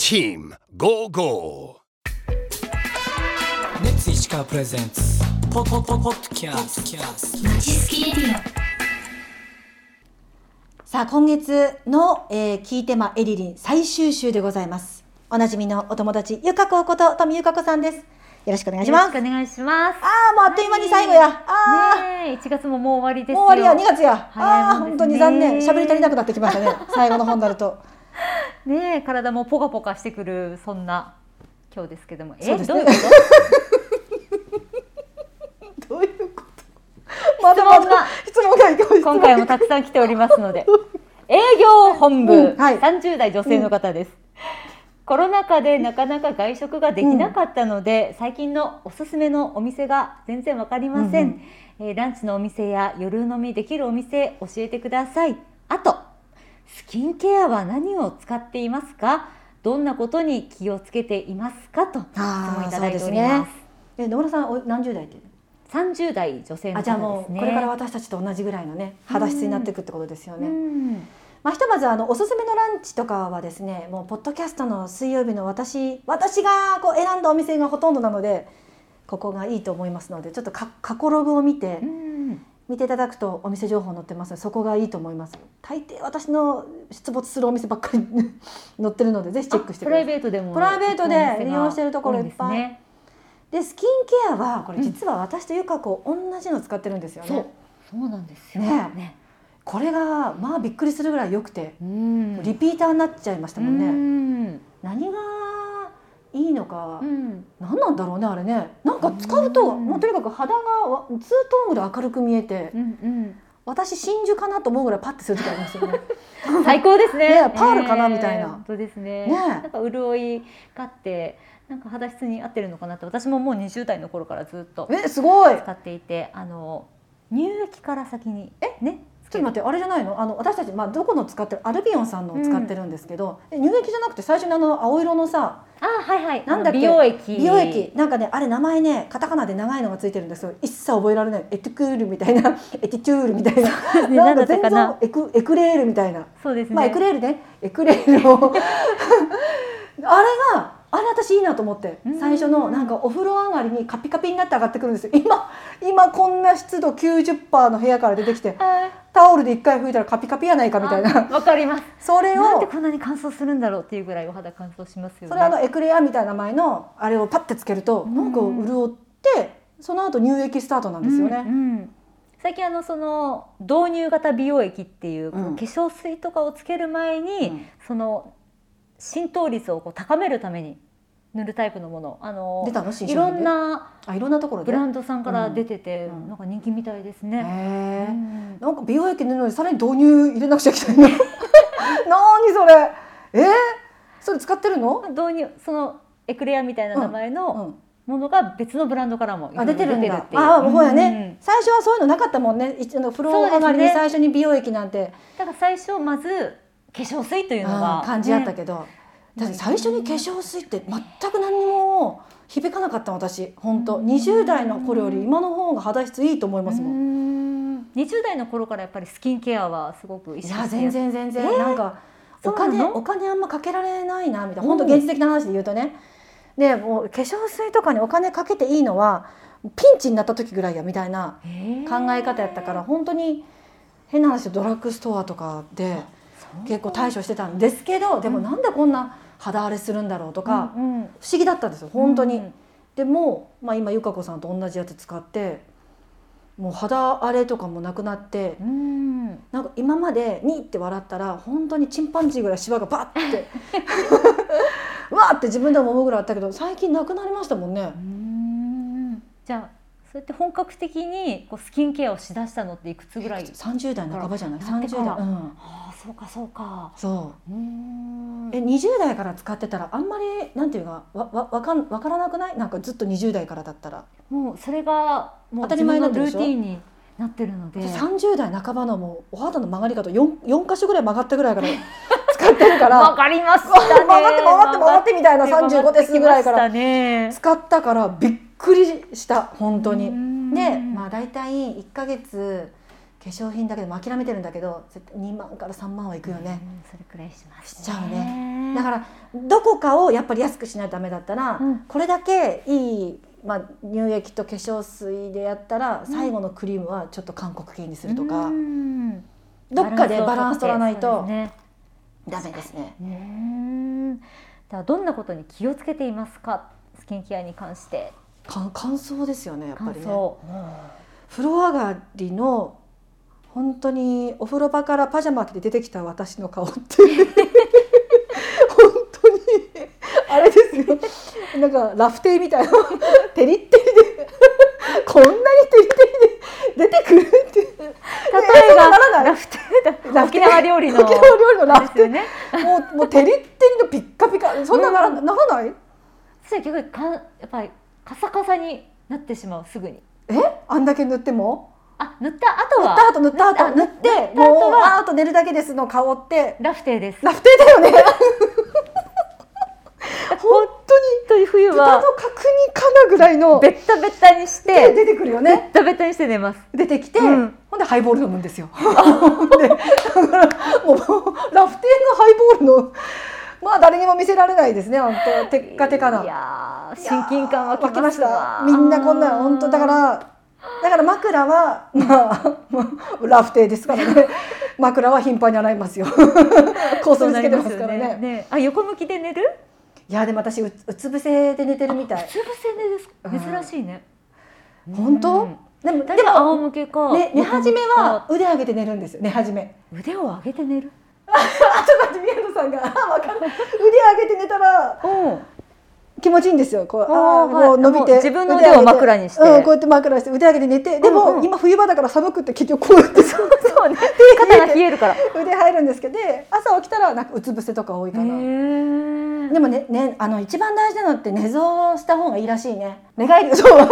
Team Go Go レッツ石川プレゼンツポッドキャストさあ今月の、聞いてまエリリン最終週でございます。おなじみのお友達ゆかここと富ゆかこさんです。よろしくお願いします。 よろしくお願いします。 もうあっという間に最後や。 ねえ、1月ももう終わりですよ。 もう終わりや、2月や。本当に残念。喋り足りなくなってきましたね。最後の本になると。 ねえ、体もポカポカしてくるそんな今日ですけども、 そうですね、 どういうこと？ どういうこと？まだまだ質問が今回もたくさん来ておりますので、営業本部、 はい、 30代女性の方です。コロナ禍でなかなか外食ができなかったので、最近のおすすめのお店が全然わかりません。ランチのお店や夜飲みできるお店教えてください。あとスキンケアは何を使っていますか？どんなことに気をつけていますか？と質問いただいております。 野村さん何十代って？ 30代女性の方ですね。 じゃあもうこれから私たちと同じぐらいのね肌質になっていくってことですよね。ひとまずおすすめのランチとかはですね、もうポッドキャストの水曜日の私がこう選んだお店がほとんどなので、ここがいいと思いますので、ちょっと過去ログを見ていただくとお店情報載ってますので、そこがいいと思います。大抵私の出没するお店ばっかり載ってるので、ぜひチェックしてください。 プライベートでもプライベートで利用してるところいっぱいで、スキンケアはこれ実は私とゆかこ同じの使ってるんですよね。 そうなんですよね。これがまあびっくりするぐらい良くて、リピーターになっちゃいましたもんね。何がいいのか、何なんだろうねあれね。なんか使うともうとにかく肌がツートーンで明るく見えて、私真珠かなと思うぐらいパッてする時ありますよね。 最高ですね。 パールかなみたいな。 本当ですね。なんか潤いがあって。なんか肌質に合ってるのかなって、私ももう20代の頃からずっとすごい使っていて、乳液から先にね。 ちょっと待って、あれじゃないの？私たちどこの使ってるアルビオンさんのを使ってるんですけど、乳液じゃなくて最初に青色のさ、なんだっけ、 美容液なんかね、あれ名前ねカタカナで長いのがついてるんですけど、一切覚えられない。エティクールみたいなエティチュールみたいな、なんか全然エクレールみたいな。 そうですね。 エクレールね、エクレールをあれ私いいなと思って、最初のなんかお風呂上がりにカピカピになって上がってくるんですよ。今こんな湿度 90% の部屋から出てきて、タオルで1回拭いたらカピカピやないかみたいな。 わかります。 それをなんでこんなに乾燥するんだろうっていうぐらいお肌乾燥しますよね。 それエクレアみたいな名前のあれをパッてつけるとなんか潤って、その後乳液スタートなんですよね。 最近その導入型美容液っていう、化粧水とかをつける前に、その浸透率を高めるために塗るタイプのもの、 出たの？ いろんなところでブランドさんから出てて、なんか人気みたいですね。 なんか美容液塗るのにさらに導入入れなくちゃいけないの。何それ？それ使ってるの？ 導入、そのエクレアみたいな名前のものが別のブランドからも出てるんだ。もうやね。最初はそういうのなかったもんね。風呂上がりに最初に美容液なんて。 だから最初まず化粧水というのが感じあったけど、最初に化粧水って全く何にも響かなかった私。本当20代の頃より今の方が肌質いいと思いますもん。 20代の頃からやっぱりスキンケアはすごく意識して。 いや全然なんかお金あんまかけられないなみたいな。本当現実的な話で言うとね。でもう化粧水とかにお金かけていいのはピンチになった時ぐらいやみたいな考え方やったから、本当に変な話でドラッグストアとかで結構対処してたんですけど、でもなんでこんな肌荒れするんだろうとか不思議だったんですよ本当に。でも今ゆかこさんと同じやつ使ってもう肌荒れとかもなくなって、なんか今までにって笑ったら本当にチンパンジーぐらいシワがバッてわーって自分でも思うぐらいあったけど、最近なくなりましたもんね。 じゃあそうやって本格的にスキンケアをしだしたのっていくつぐらい ？30代半ばじゃない？30代。 そうか。 そう。20代から使ってたらあんまりなんていうかわからなくない？なんかずっと20代からだったらもうそれがもう当たり前のルーティンになってるので、 30代半ばのもうお肌の曲がり方 4箇所ぐらい曲がったぐらいから使ってるからわかりましたね。 曲がってみたいな35ですぐらいから使ったからびっくりした本当に。でだいたい1ヶ月化粧品だけでも諦めてるんだけど2万から3万はいくよね。 それくらいしますね。 しちゃうね。 だからどこかをやっぱり安くしないとダメだったら、これだけいい、乳液と化粧水でやったら最後のクリームはちょっと韓国系にするとか、どっかでバランス取らないとダメですね。 ではどんなことに気をつけていますか、スキンケアに関して。 乾燥ですよね、やっぱりね。風呂上がりの本当にお風呂場からパジャマ着て出てきた私の顔って本当にあれですよ、なんかラフテーみたいなテリッテリでこんなにテリテリで出てくるって例えがラフテーだ。沖縄料理のラフテーね。もうテリッテリのピッカピカ、そんなならない？ そして逆にやっぱりカサカサになってしまう、すぐに。 あんだけ塗っても？ 塗った後は塗った後塗ってもうあと寝るだけですの顔ってラフテーです。 ラフテーだよね本当に冬は豚の角煮かなぐらいのベッタベッタにして出てくるよね。 ベッタベッタにして寝ます。 出てきて、ほんでハイボール飲むんですよでだからもうラフテーのハイボールの誰にも見せられないですね、本当テッカテカな。 いや親近感湧きました。 みんなこんな本当だから枕はラフテーですからね枕は頻繁に洗いますよ香水つけてますからね。 横向きで寝る？ いやでも私うつ伏せで寝てるみたい。 うつ伏せですか？珍しいね。 本当？でも仰向けか。 寝始めは腕上げて寝るんですよ。寝始め。 腕を上げて寝る？ ちょっと待って、宮野さんが分かる。腕上げて寝たら気持ちいいんですよ。こう伸びて自分の腕を枕にして、 こうやって枕して腕上げて寝て、でも今冬場だから寒くって結局こうやってそうね、肩が冷えるから腕入るんですけど、朝起きたらなんかうつ伏せとか多いかな。でもね一番大事なのって寝相した方がいいらしいね。寝返りそう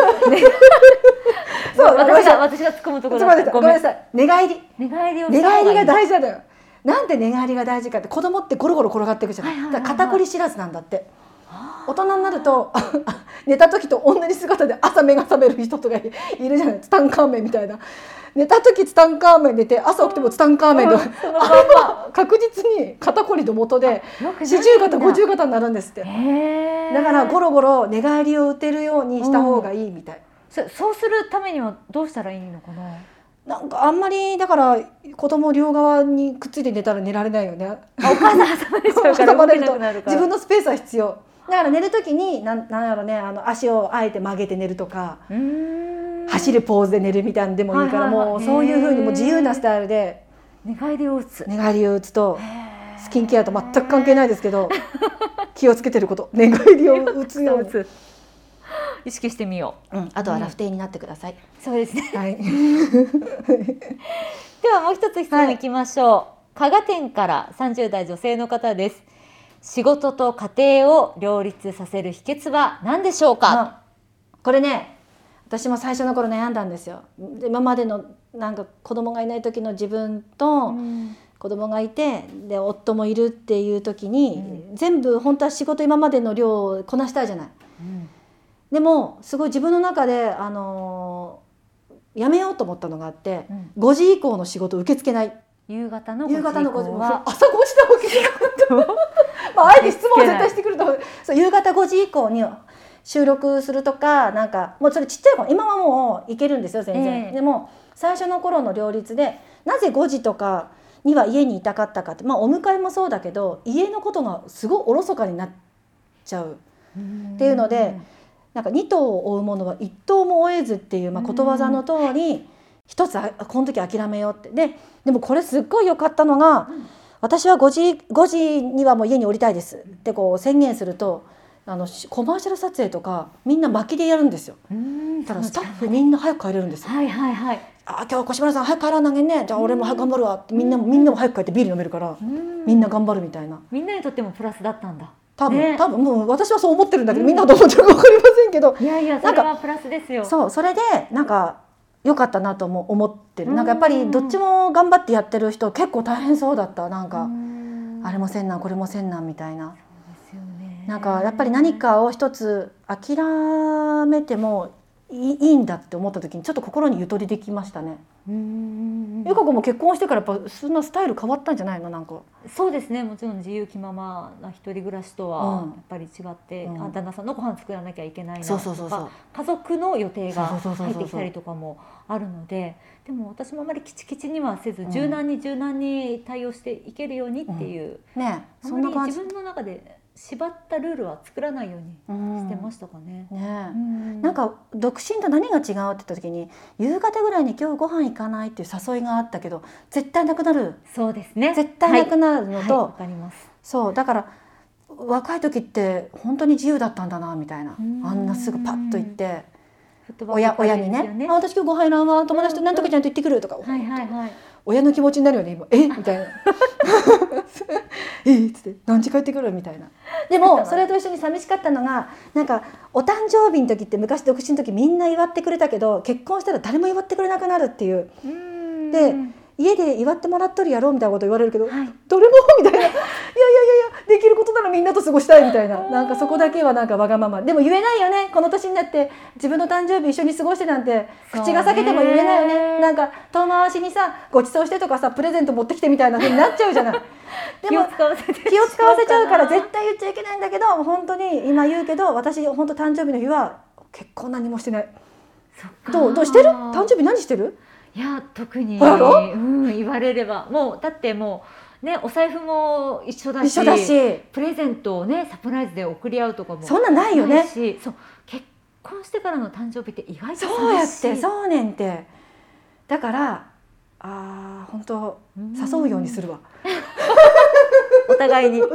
私が突っ込むところだった。 ごめんなさい。寝返りが大事なんだよ。なんで寝返りが大事かって、子供ってゴロゴロ転がっていくじゃない。だから肩こり知らずなんだって。大人になると寝た時と同じ姿で朝目が覚める人とかいるじゃない。ツタンカーメンみたいな。寝た時ツタンカーメン寝て朝起きてもツタンカーメンで、あれは確実に肩こりの元で四十肩五十肩になるんですって。だからゴロゴロ寝返りを打てるようにした方がいいみたい。 そうするためにはどうしたらいいのかな。 なんかあんまりだから子供両側にくっついて寝たら寝られないよね。 お母さん挟まれちゃうから動けなくなるから。 自分のスペースは必要。だから寝る時になんやろね、足をあえて曲げて寝るとか、走るポーズで寝るみたいなのでもいいから、もうそういう風にもう自由なスタイルで寝返りを打つと、スキンケアと全く関係ないですけど気をつけてること、寝返りを打つように意識してみよう。 あとはラフテーになってください。 そうですね。 はい。 ではもう一つ質問いきましょう。加賀店から30代女性の方です。仕事と家庭を両立させる秘訣は何でしょうか？ これね、私も最初の頃悩んだんですよ。今までのなんか子供がいない時の自分と子供がいて、で夫もいるっていう時に、全部本当は仕事今までの量をこなしたいじゃない。でもすごい自分の中でやめようと思ったのがあって、5時以降の仕事受け付けない。 夕方の5時以降は朝5時なわけじゃなかったあえて質問を絶対してくると思う。そう夕方5時以降に収録するとか、なんかもうそれちっちゃい子、今はもういけるんですよ全然、でも最初の頃の両立でなぜ5時とかには家にいたかったかって、お迎えもそうだけど家のことがすごいおろそかになっちゃうっていうので、なんか2頭を追うものは1頭も追えずっていう、ことわざの通り一つこの時諦めようって。でもこれすっごい良かったのが、私は5時にはもう家に降りたいですってこう宣言すると、コマーシャル撮影とかみんな巻きでやるんですよ。だからスタッフみんな早く帰れるんですよ。今日は越村さん早く帰らなきゃね、じゃあ俺も早く頑張るわって、みんなも早く帰ってビール飲めるから、みんな頑張るみたいな。 みんなにとってもプラスだったんだ。 多分もう私はそう思ってるんだけど、みんなどう思ってるか分かりませんけど、 いやそれはプラスですよ。 それでなんか良かったなとも思ってる。なんかやっぱりどっちも頑張ってやってる人結構大変そうだった。なんかあれもせんなんこれもせんなんみたいな。なんかやっぱり何かを一つ諦めてもいいんだって思った時にちょっと心にゆとりできましたね。 ゆか子も結婚してからやっぱそんなスタイル変わったんじゃないの？なんかそうですね、もちろん自由気ままな一人暮らしとはやっぱり違って、旦那さんのご飯作らなきゃいけないなとか、家族の予定が入ってきたりとかもあるので、でも私もあまりキチキチにはせず、柔軟に対応していけるようにっていう、 ね、 あんまり自分の中で縛ったルールは作らないようにしてましたかね。 なんか独身と何が違うって言った時に、夕方ぐらいに今日ご飯行かないっていう誘いがあったけど絶対なくなる。 そうですね、 絶対なくなるのと、 わかります。 そうだから若い時って本当に自由だったんだなみたいな、あんなすぐパッと行って親にね、私今日ご飯いらんわ、友達と何とかちゃんと行ってくるとか、親の気持ちになるよね今、みたいなっつって何時帰ってくるみたいな。でもそれと一緒に寂しかったのが、なんかお誕生日の時って昔独身の時みんな祝ってくれたけど、結婚したら誰も祝ってくれなくなるっていう。で家で祝ってもらっとるやろうみたいなこと言われるけど、どれもみたいな、いやできることならみんなと過ごしたいみたいな、なんかそこだけはなんかわがままでも言えないよね。この年になって自分の誕生日一緒に過ごしてなんて口が裂けても言えないよね。なんか遠回しにさ、ご馳走してとかさ、プレゼント持ってきてみたいな風になっちゃうじゃない。でも気を使わせちゃうから絶対言っちゃいけないんだけど、本当に今言うけど、私本当誕生日の日は結構何もしてない。どうしてる？誕生日何してる？ いや特に、言われればもうだってもうね、お財布も一緒だしプレゼントをねサプライズで送り合うとかもそんなないよね。 そう結婚してからの誕生日って意外とそうやってそうねんって。だから本当誘うようにするわ。 お互いに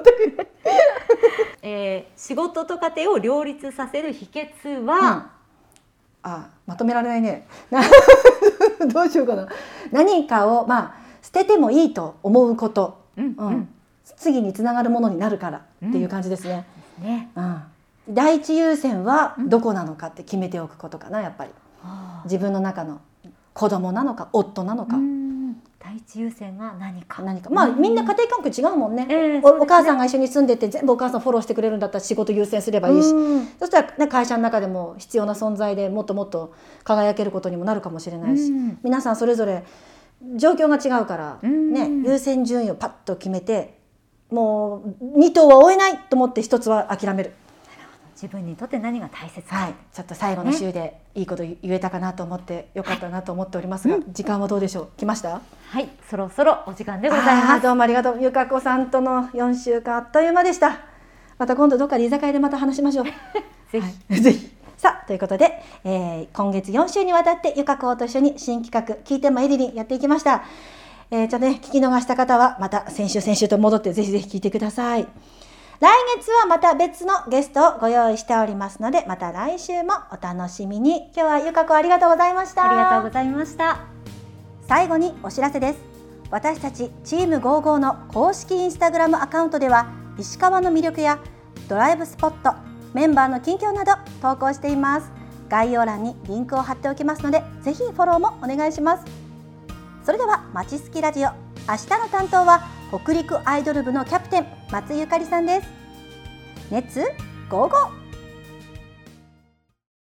仕事と家庭を両立させる秘訣は、 まとめられないね。どうしようかな。何かを捨ててもいいと思うこと、次につながるものになるからっていう感じですね。第一優先はどこなのかって決めておくことかな、やっぱり。自分の中の子供なのか夫なのか。 第一優先が何かみんな家庭環境違うもんね。お母さんが一緒に住んでて全部お母さんフォローしてくれるんだったら仕事優先すればいいし、そしたら、会社の中でも必要な存在でもっともっと輝けることにもなるかもしれないし、皆さんそれぞれ状況が違うから、優先順位をパッと決めて、もう2頭は追えないと思って1つは諦める。 自分にとって何が大切か、 ちょっと最後の週でいいこと言えたかなと思ってよかったなと思っておりますが、時間はどうでしょう？来ました？ はい、そろそろお時間でございます。 どうもありがとう。ゆか子さんとの4週間あっという間でした。また今度どっかで居酒屋でまた話しましょう。 ぜひ、 ぜひ。さあということで、今月4週にわたってゆか子と一緒に新企画聞いてもエリリンやっていきました。ちょっとね聞き逃した方はまた先週と戻ってぜひぜひ聞いてください。来月はまた別のゲストをご用意しておりますので、また来週もお楽しみに。今日はゆか子ありがとうございました。 ありがとうございました。 最後にお知らせです。私たちチーム55の公式インスタグラムアカウントでは、石川の魅力やドライブスポット、メンバーの近況など投稿しています。概要欄にリンクを貼っておきますので、ぜひフォローもお願いします。それではまちすきラジオ、明日の担当は北陸アイドル部のキャプテン松ゆかりさんです。熱ゴーゴー。